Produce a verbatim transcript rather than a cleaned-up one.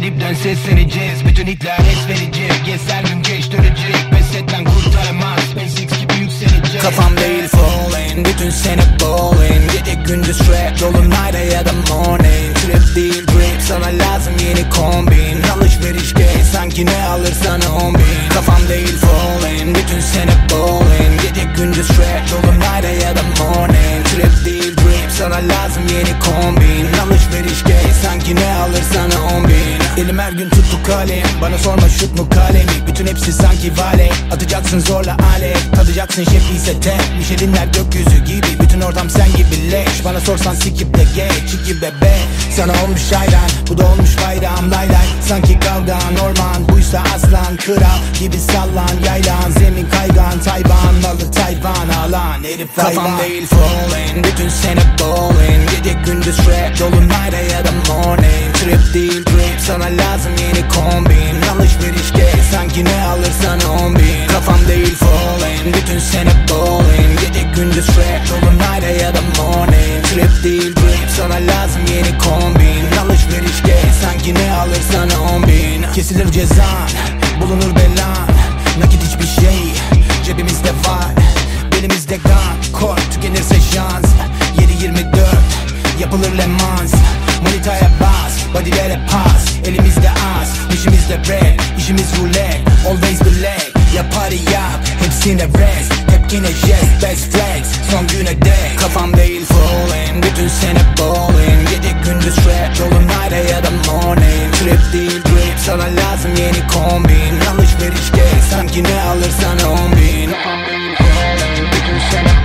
Dönüp dön sesleneceğiz, bütün hitler es verecek. Yes her gün geç dönecek, pes etmen kurtaramaz. SpaceX gibi yükselecek. Kafam değil falling, bütün sene bowling. Gece gündüz trap, dolunayda ya da morning. Trip değil drip, sana lazım yeni kombin. Alışveriş geç, sanki ne alırsan on bin. Kafam değil falling, bütün sene bowling. Gece gündüz trap, dolunayda ya da morning. Trip değil drip, sana lazım yeni kombin. Alışveriş geç, sanki ne alırsan on bin. Elim her gün tuttu kalem, bana sorma şut mu kalemi. Bütün hepsi sanki vale, atacaksın zorla alev. Tadacaksın şef ise tem, Michelinler gökyüzü gibi. Bütün ortam sen gibi leş, bana sorsan sikip de geç. Çiki bebe, sana olmuş hayran, bu da olmuş bayram. Lay lay, sanki kavgan orman, buysa aslan. Kral gibi sallan, yaylan, zemin kaygan. Tayvan malı Tayvan alan, herif hayvan. Kafam değil falling, bütün sene bowling. Gece gündüz rap, dolunayda ya da morning. Trip değil drip, sana lazım yeni kombin. Alışveriş geç, sanki ne alırsan on bin. Kafam değil falling, bütün sene bowling. Gece gündüz rap, dolunayda ya da morning. Trip değil drip, sana lazım yeni kombin. Alışveriş geç, sanki ne alırsan on bin. Kesilir cezan, bulunur belan. Nakit hiçbir şey, cebimizde var. Belimizde gun, kork tükenirse şans. Yedi yirmi dört, yapılır Le Mans. Manitaya bas, bodylere pas. Elimizde az, işimizde rap. İşimiz roulette, always the leg. Ya party yap, hepsine rest. Tepkine jest, best flex, son güne dek. Kafam değil falling, bütün sene bowling. Gece gündüz rap, dolunayda ya da morning. Trip değil drip, sana lazım yeni kombin. Alışveriş geç, sanki ne alırsan on bin. Kafam değil falling, bütün sene